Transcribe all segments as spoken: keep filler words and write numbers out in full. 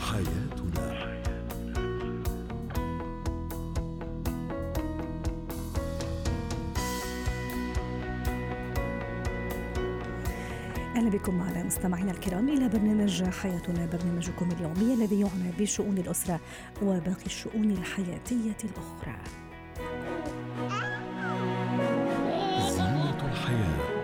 حياتنا. أهلا بكم معنا مستمعينا الكرام إلى برنامج حياتنا، برنامجكم اليومي الذي يعنى بشؤون الأسرة وباقي الشؤون الحياتية الأخرى. زينة الحياة.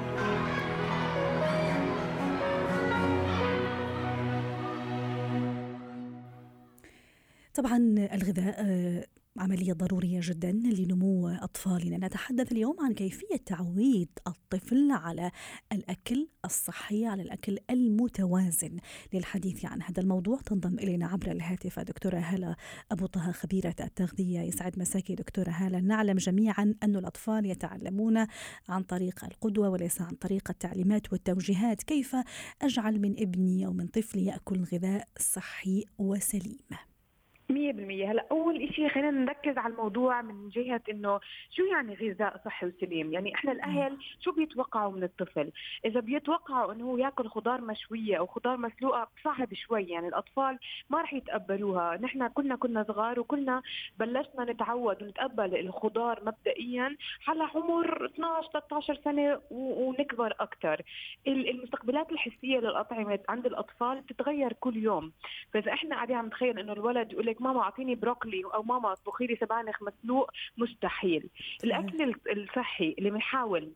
طبعا الغذاء عملية ضرورية جدا لنمو أطفالنا. نتحدث اليوم عن كيفية تعويد الطفل على الأكل الصحي، على الأكل المتوازن. للحديث عن هذا الموضوع تنضم إلينا عبر الهاتف دكتورة هالة أبو طه، خبيرة التغذية. يسعد مساكي دكتورة هالة. نعلم جميعا أن الأطفال يتعلمون عن طريق القدوة وليس عن طريق التعليمات والتوجيهات. كيف أجعل من ابني أو من طفلي يأكل غذاء صحي وسليم؟ مية بالمية. هلأ أول إشي خلينا نركز على الموضوع من جهة إنه شو يعني غذاء صحي وسليم. يعني إحنا الأهل شو بيتوقعوا من الطفل؟ إذا بيتوقعوا إنه هو يأكل خضار مشوية أو خضار مسلوقة صعب شوي، يعني الأطفال ما رح يتقبلوها. نحن كنا كنا صغار وكلنا بلشنا نتعود ونتقبل الخضار مبدئيا على عمر اثناشر ثلاثة عشر سنة ونكبر أكتر. المستقبلات الحسية للأطعمة عند الأطفال بتتغير كل يوم. فإذا إحنا قاعدين عم نتخيل إنه الولد يقول لك ماما أعطيني بروكلي أو ماما اطبخي لي سبانخ مسلوق، مستحيل. الأكل الصحي اللي بنحاول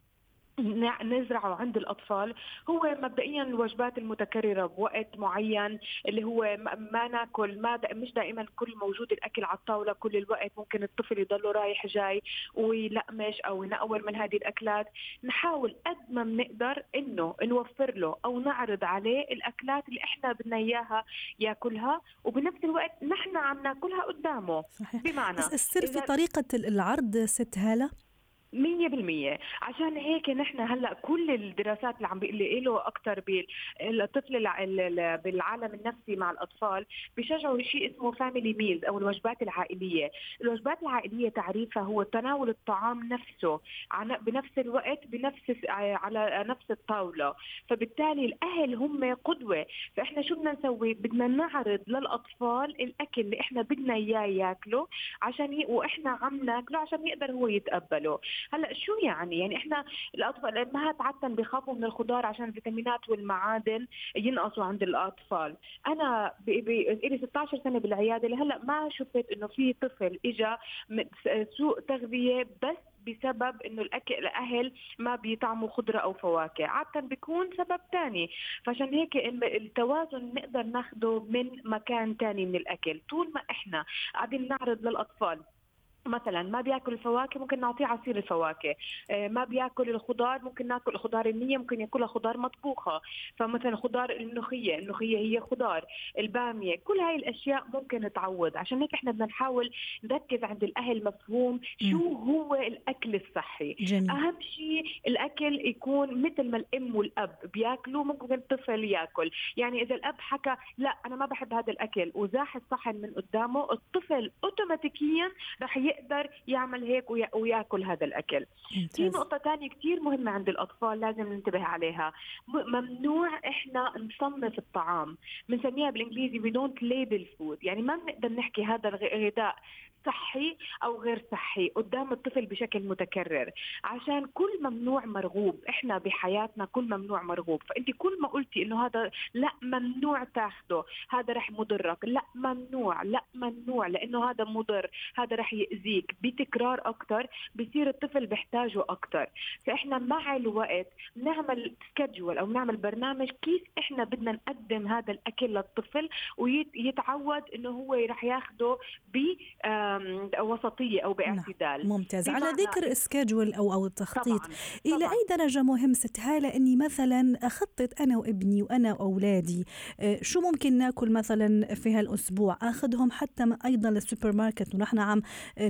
نزرعه عند الأطفال هو مبدئيا الوجبات المتكررة بوقت معين، اللي هو ما ناكل ما دا مش دائما كل موجود الأكل على الطاولة كل الوقت. ممكن الطفل يضله رايح جاي ويلقمش أو ينقور من هذه الأكلات. نحاول قد ما بنقدر إنه نوفر له أو نعرض عليه الأكلات اللي إحنا بدنا إياها يأكلها، وبنفس الوقت نحن عم ناكلها قدامه. صحيح. بمعنى السر في طريقة العرض ست هالة؟ مية بالمية. عشان هيك نحن هلأ كل الدراسات اللي عم بيقولوا له أكتر بالطفل بالعالم النفسي مع الأطفال بيشجعوا شيء اسمه فاميلي ميلز أو الوجبات العائلية. الوجبات العائلية تعريفها هو تناول الطعام نفسه بنفس الوقت بنفس على نفس الطاولة. فبالتالي الأهل هم قدوة. فإحنا شو بدنا نسوي؟ بدنا نعرض للأطفال الأكل اللي إحنا بدنا إياه يأكله عشان ي... وإحنا عم ناكله عشان يقدر هو يتقبله. هلا شو يعني؟ يعني احنا الاطفال الامهات عاده بيخافوا من الخضار عشان الفيتامينات والمعادن ينقصوا عند الاطفال. انا لي ستة عشر سنه بالعياده لهلا ما شفت انه في طفل اجى سوء تغذيه بس بسبب انه الاكل الاهل ما بيطعموا خضره او فواكه. عاده بيكون سبب تاني. فعشان هيك التوازن نقدر ناخده من مكان تاني من الاكل. طول ما احنا قاعدين نعرض للاطفال مثلا ما بياكل الفواكه ممكن نعطيه عصير الفواكه، ما بياكل الخضار ممكن ناكل الخضار النية، ممكن ياكلها خضار مطبوخة. فمثلا خضار الملوخية، الملوخية هي خضار، البامية، كل هاي الأشياء ممكن نتعود. عشان هيك احنا بدنا نحاول نركز عند الأهل مفهوم شو هو الأكل الصحي. جميل. أهم شيء الأكل يكون مثل ما الأم والأب بياكلوا ممكن الطفل ياكل. يعني إذا الأب حكى لا أنا ما بحب هذا الأكل وزاح الصحن من قدامه، الطفل أوتوماتيكيا رح يقدر يعمل هيك ويا... ويأكل هذا الأكل. في نقطة تانية كتير مهمة عند الأطفال لازم ننتبه عليها. م... ممنوع إحنا نصنف الطعام. بنسميها بالإنجليزي we don't label food. يعني ما بنقدر نحكي هذا الغذاء صحي أو غير صحي قدام الطفل بشكل متكرر، عشان كل ممنوع مرغوب. إحنا بحياتنا كل ممنوع مرغوب. فأنت كل ما قلتي إنه هذا لا ممنوع تاخده، هذا رح مضرك، لا ممنوع، لا ممنوع لأنه هذا مضر، هذا رح يأذيك، بتكرار أكتر بيصير الطفل بيحتاجه أكتر. فإحنا مع الوقت نعمل سكجول أو نعمل برنامج كيف إحنا بدنا نقدم هذا الأكل للطفل ويتعود إنه هو رح ياخده ب وسطية أو باعتدال. نعم. ممتاز. على ذكر سكيدجول أو أو التخطيط، طبعاً. إلى طبعاً. أي درجة مهم ست هالة إني مثلا أخطط أنا وابني وأنا وأولادي شو ممكن ناكل مثلا في هالأسبوع، أخذهم حتى أيضا للسوبر ماركت ونحن عم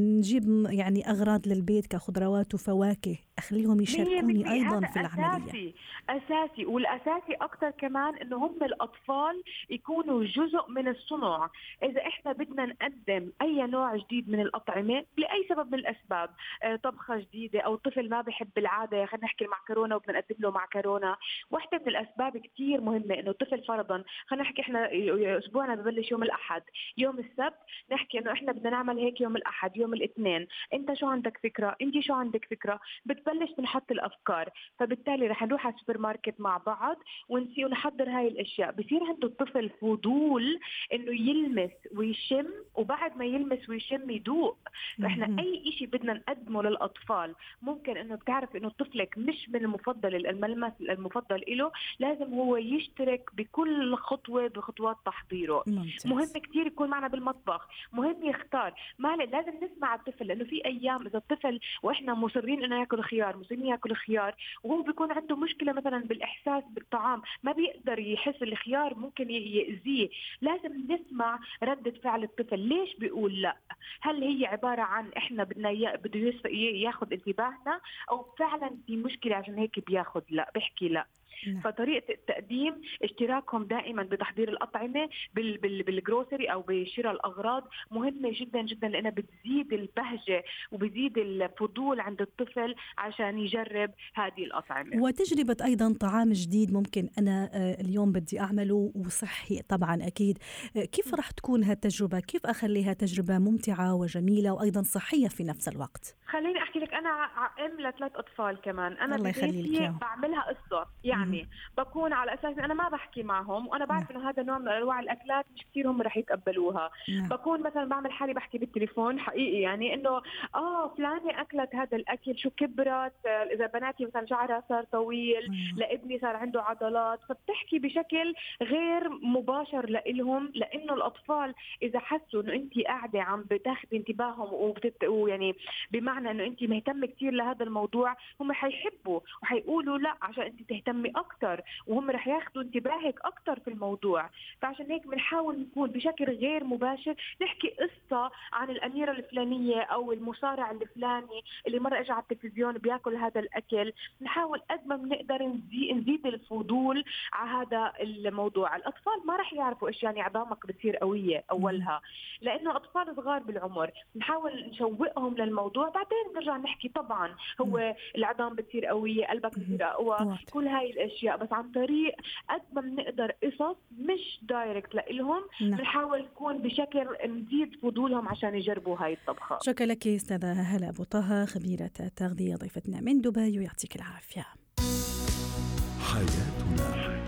نجيب يعني أغراض للبيت كخضروات وفواكه، أخليهم يشاركوني أيضا في العملية. أساسي أساسي والأساسي أكتر كمان إنه هم الأطفال يكونوا جزء من الصنع. إذا إحنا بدنا نقدم أي نوع جديد من الأطعمة لأي سبب من الأسباب، طبخة جديدة أو طفل ما بيحب العادة، خلينا نحكي المعكرونة وبدنا نقدم له معكرونة، واحدة من الأسباب كتير مهمة إنه الطفل فرضا خلينا نحكي إحنا أسبوعنا ببلش يوم الأحد، يوم السبت نحكي إنه إحنا بدنا نعمل هيك يوم الأحد، يوم الاثنين أنت شو عندك فكرة، أنت شو عندك فكرة، بتبلش بنحط الأفكار. فبالتالي رح نروح على السوبر ماركت مع بعض ونسي ونحضر هاي الأشياء. بصير عنده الطفل فضول إنه يلمس ويشم، وبعد ما يلمس ويشم يدوق. فإحنا أي إشي بدنا نقدمه للأطفال ممكن إنه بتعرف إنه طفلك مش من المفضل الملمس المفضل إله، لازم هو يشترك بكل خطوة بخطوات تحضيره. ممتاز. مهم كتير يكون معنا بالمطبخ، مهم يختار، ما لازم نسمع الطفل، لأنه في أيام إذا الطفل وإحنا مصرين إنه يأكل خيار، مصرين يأكل خيار، وهو بيكون عنده مشكلة مثلا بالإحساس بالطعام، ما بيقدر يحس الخيار ممكن يأذيه، لازم نسمع ردة فعل الطفل، ليش بيقول لا؟ هل هي عبارة عن إحنا بدنا ي... بده ياخد انتباهنا، أو فعلا في مشكلة عشان هيك بياخد لا بيحكي لا؟ نعم. فطريقة التقديم، اشتراكهم دائما بتحضير الأطعمة بال بال بالجروسري أو بشراء الأغراض مهمة جدا جدا، لأنها بتزيد البهجة وبتزيد الفضول عند الطفل عشان يجرب هذه الأطعمة. وتجربة أيضا طعام جديد ممكن أنا اليوم بدي أعمله وصحي طبعا أكيد، كيف رح تكون هالتجربة؟ كيف أخليها تجربة ممتعة وجميلة وأيضا صحية في نفس الوقت؟ خليني أحكي لك، أنا أم لثلاث أطفال كمان، أنا الله يخليك بعملها قصة يعني. مم. بكون على أساس أنا ما بحكي معهم وأنا بعرف إنه هذا نوع من أنواع الأكلات مش كثير هم رح يتقبلوها. نعم. بكون مثلا بعمل حالي بحكي بالتليفون حقيقي يعني إنه آه فلانة أكلت هذا الأكل، شو كبرت، إذا بناتي مثلا شعرها صار طويل، مم. لابني صار عنده عضلات، فبتحكي بشكل غير مباشر لإلهم، لأنه الأطفال إذا حسوا إنه أنت قاعدة عم بتاخدي انتباههم وبتت... ويعني بمعنى إنه أنت مهتمة كثير لهذا الموضوع، هم حيحبوا وحيقولوا لا عشان أنت تهتمي أكتر، وهم رح ياخدوا انتباهك أكتر في الموضوع. فعشان هيك بنحاول نكون بشكل غير مباشر نحكي قصة عن الأميرة الفلانية أو المصارع الفلاني اللي مرة اجى على التلفزيون بياكل هذا الأكل. نحاول قد ما بنقدر نزيد الفضول على هذا الموضوع. الأطفال ما رح يعرفوا إيش يعني عظامك بتصير قوية أولها، لأنه أطفال صغار بالعمر. نحاول نشوقهم للموضوع، بعدين نرجع نحكي طبعا هو العظام بتصير قوية، قلبك بتصير أقوى، كل هاي الأشياء، بس عن طريق قد ما بنقدر قصص مش دايركت لإلهم. بنحاول نكون بشكل نزيد فضولهم عشان يجربوا هاي الطبخة. شكرا لك أستاذة هلا أبو طه، خبيرة التغذية، ضيفتنا من دبي، ويعطيك العافية. حياتنا.